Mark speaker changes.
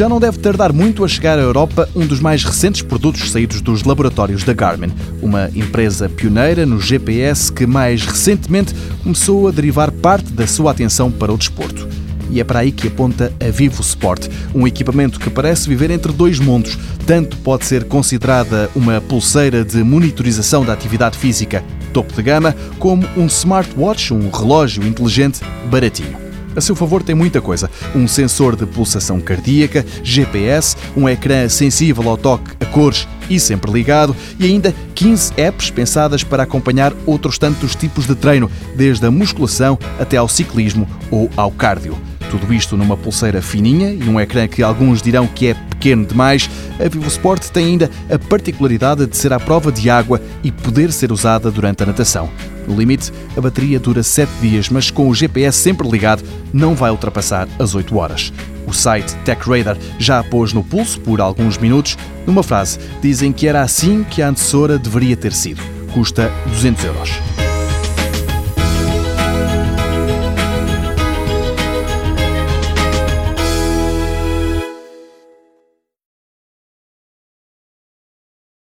Speaker 1: Já não deve tardar muito a chegar à Europa um dos mais recentes produtos saídos dos laboratórios da Garmin, uma empresa pioneira no GPS que mais recentemente começou a derivar parte da sua atenção para o desporto. E é para aí que aponta a Vivo Sport, um equipamento que parece viver entre dois mundos. Tanto pode ser considerada uma pulseira de monitorização da atividade física topo de gama, como um smartwatch, um relógio inteligente baratinho. A seu favor tem muita coisa. Um sensor de pulsação cardíaca, GPS, um ecrã sensível ao toque, a cores e sempre ligado, e ainda 15 apps pensadas para acompanhar outros tantos tipos de treino, desde a musculação até ao ciclismo ou ao cardio. Tudo isto numa pulseira fininha e um ecrã que alguns dirão que é pequeno demais. A Vivo Sport tem ainda a particularidade de ser à prova de água e poder ser usada durante a natação. No limite, a bateria dura 7 dias, mas com o GPS sempre ligado, não vai ultrapassar as 8 horas. O site TechRadar já a pôs no pulso por alguns minutos. Numa frase, dizem que era assim que a antecessora deveria ter sido. Custa 200 €.